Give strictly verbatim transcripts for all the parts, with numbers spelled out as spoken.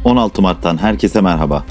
on altı Mart'tan herkese merhaba.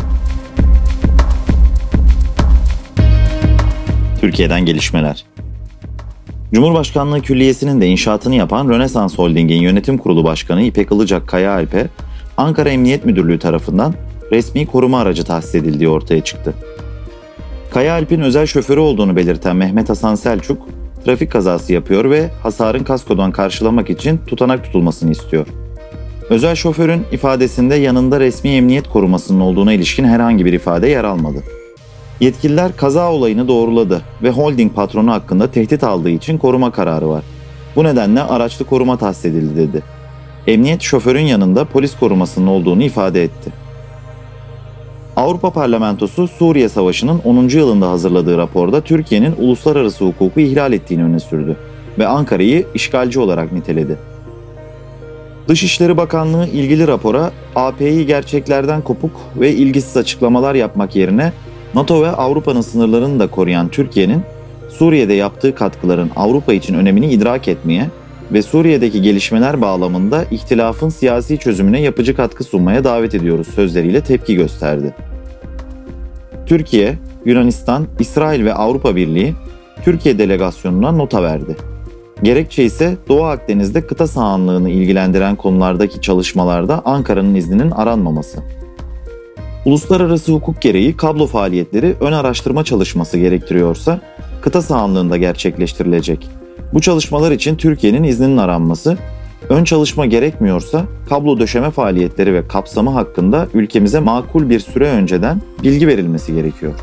Türkiye'den gelişmeler. Cumhurbaşkanlığı Külliyesi'nin de inşaatını yapan Rönesans Holding'in yönetim kurulu başkanı İpek Ilıcak Kayaalp'e Ankara Emniyet Müdürlüğü tarafından resmi koruma aracı tahsis edildiği ortaya çıktı. Kayaalp'in özel şoförü olduğunu belirten Mehmet Hasan Selçuk, trafik kazası yapıyor ve hasarın kaskodan karşılamak için tutanak tutulmasını istiyor. Özel şoförün ifadesinde yanında resmi emniyet korumasının olduğuna ilişkin herhangi bir ifade yer almadı. Yetkililer kaza olayını doğruladı ve holding patronu hakkında tehdit aldığı için koruma kararı var. Bu nedenle araçlı koruma tahsis edildi dedi. Emniyet şoförün yanında polis korumasının olduğunu ifade etti. Avrupa Parlamentosu Suriye Savaşı'nın onuncu yılında hazırladığı raporda Türkiye'nin uluslararası hukuku ihlal ettiğini öne sürdü ve Ankara'yı işgalci olarak niteledi. Dışişleri Bakanlığı ilgili rapora A P'yi gerçeklerden kopuk ve ilgisiz açıklamalar yapmak yerine NATO ve Avrupa'nın sınırlarını da koruyan Türkiye'nin Suriye'de yaptığı katkıların Avrupa için önemini idrak etmeye ve Suriye'deki gelişmeler bağlamında ihtilafın siyasi çözümüne yapıcı katkı sunmaya davet ediyoruz sözleriyle tepki gösterdi. Türkiye, Yunanistan, İsrail ve Avrupa Birliği Türkiye delegasyonuna nota verdi. Gerekçe ise Doğu Akdeniz'de kıta sahanlığını ilgilendiren konulardaki çalışmalarda Ankara'nın izninin aranmaması. Uluslararası hukuk gereği kablo faaliyetleri ön araştırma çalışması gerektiriyorsa kıta sahanlığında gerçekleştirilecek. Bu çalışmalar için Türkiye'nin izninin aranması, ön çalışma gerekmiyorsa kablo döşeme faaliyetleri ve kapsamı hakkında ülkemize makul bir süre önceden bilgi verilmesi gerekiyor.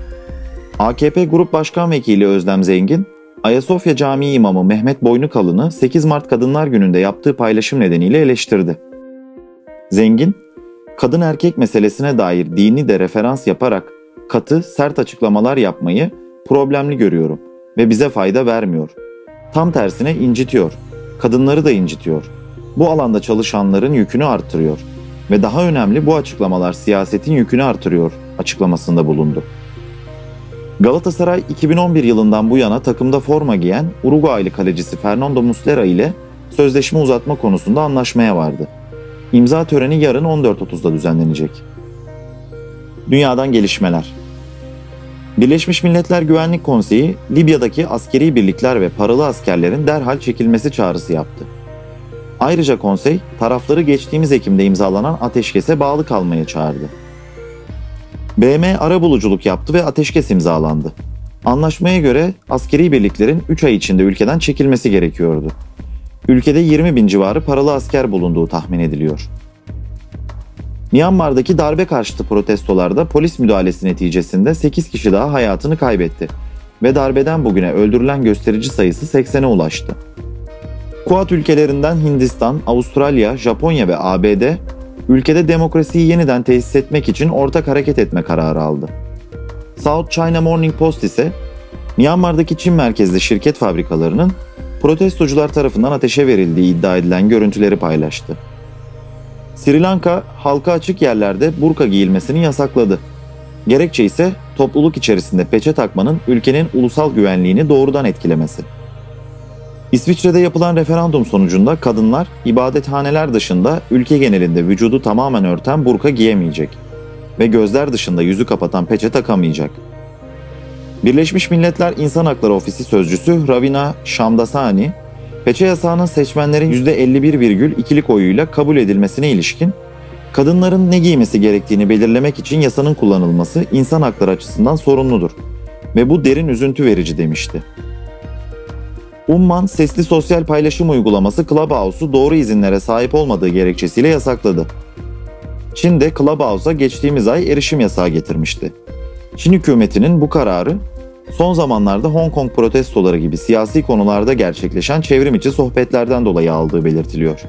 A K P Grup Başkan Vekili Özlem Zengin, Ayasofya Camii imamı Mehmet Boynukalın'ı sekiz Mart Kadınlar Günü'nde yaptığı paylaşım nedeniyle eleştirdi. Zengin, kadın erkek meselesine dair dini de referans yaparak katı, sert açıklamalar yapmayı problemli görüyorum ve bize fayda vermiyor. Tam tersine incitiyor, kadınları da incitiyor. Bu alanda çalışanların yükünü artırıyor ve daha önemli bu açıklamalar siyasetin yükünü artırıyor açıklamasında bulundu. Galatasaray iki bin on bir yılından bu yana takımda forma giyen Uruguaylı kalecisi Fernando Muslera ile sözleşme uzatma konusunda anlaşmaya vardı. İmza töreni yarın on dört otuzda düzenlenecek. Dünyadan gelişmeler. Birleşmiş Milletler Güvenlik Konseyi, Libya'daki askeri birlikler ve paralı askerlerin derhal çekilmesi çağrısı yaptı. Ayrıca konsey, tarafları geçtiğimiz Ekim'de imzalanan ateşkese bağlı kalmaya çağırdı. B M arabuluculuk yaptı ve ateşkes imzalandı. Anlaşmaya göre askeri birliklerin üç ay içinde ülkeden çekilmesi gerekiyordu. Ülkede yirmi bin civarı paralı asker bulunduğu tahmin ediliyor. Myanmar'daki darbe karşıtı protestolarda polis müdahalesi neticesinde sekiz kişi daha hayatını kaybetti ve darbeden bugüne öldürülen gösterici sayısı seksene ulaştı. Quad ülkelerinden Hindistan, Avustralya, Japonya ve A B D, ülkede demokrasiyi yeniden tesis etmek için ortak hareket etme kararı aldı. South China Morning Post ise, Myanmar'daki Çin merkezli şirket fabrikalarının protestocular tarafından ateşe verildiği iddia edilen görüntüleri paylaştı. Sri Lanka, halka açık yerlerde burka giyilmesini yasakladı. Gerekçe ise topluluk içerisinde peçe takmanın ülkenin ulusal güvenliğini doğrudan etkilemesi. İsviçre'de yapılan referandum sonucunda kadınlar ibadethaneler dışında ülke genelinde vücudu tamamen örten burka giyemeyecek ve gözler dışında yüzü kapatan peçe takamayacak. Birleşmiş Milletler İnsan Hakları Ofisi Sözcüsü Ravina Shamdasani, peçe yasağının seçmenlerin yüzde elli bir virgül ikilik oyuyla kabul edilmesine ilişkin, kadınların ne giymesi gerektiğini belirlemek için yasanın kullanılması insan hakları açısından sorunludur ve bu derin üzüntü verici demişti. Umman sesli sosyal paylaşım uygulaması Clubhouse'u doğru izinlere sahip olmadığı gerekçesiyle yasakladı. Çin de Clubhouse'a geçtiğimiz ay erişim yasağı getirmişti. Çin hükümetinin bu kararı, son zamanlarda Hong Kong protestoları gibi siyasi konularda gerçekleşen çevrim içi sohbetlerden dolayı aldığı belirtiliyor.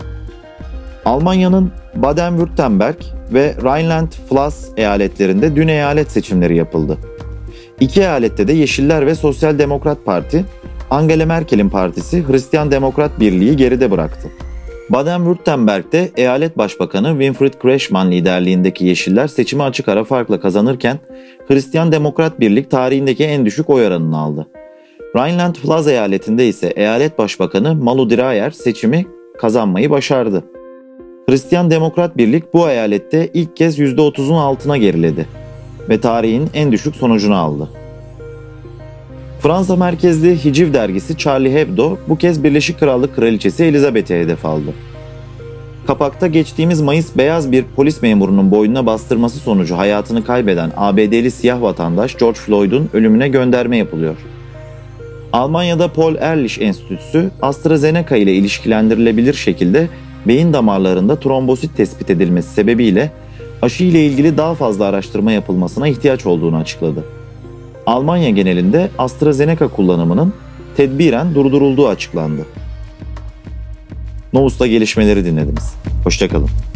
Almanya'nın Baden-Württemberg ve Rheinland-Pfalz eyaletlerinde dün eyalet seçimleri yapıldı. İki eyalette de Yeşiller ve Sosyal Demokrat Parti, Angela Merkel'in partisi Hristiyan Demokrat Birliği geride bıraktı. Baden-Württemberg'de eyalet başbakanı Winfried Kretschmann liderliğindeki Yeşiller seçimi açık ara farkla kazanırken Hristiyan Demokrat Birlik tarihindeki en düşük oy oranını aldı. Rheinland-Pfalz eyaletinde ise eyalet başbakanı Malu Dreyer seçimi kazanmayı başardı. Hristiyan Demokrat Birlik bu eyalette ilk kez yüzde otuzun altına geriledi ve tarihin en düşük sonucunu aldı. Fransa merkezli hiciv dergisi Charlie Hebdo bu kez Birleşik Krallık Kraliçesi Elizabeth'e hedef aldı. Kapakta geçtiğimiz Mayıs beyaz bir polis memurunun boynuna bastırması sonucu hayatını kaybeden A B D'li siyah vatandaş George Floyd'un ölümüne gönderme yapılıyor. Almanya'da Paul Ehrlich Enstitüsü AstraZeneca ile ilişkilendirilebilir şekilde beyin damarlarında trombosit tespit edilmesi sebebiyle aşı ile ilgili daha fazla araştırma yapılmasına ihtiyaç olduğunu açıkladı. Almanya genelinde AstraZeneca kullanımının tedbiren durdurulduğu açıklandı. Novus'ta gelişmeleri dinlediniz. Hoşça kalın.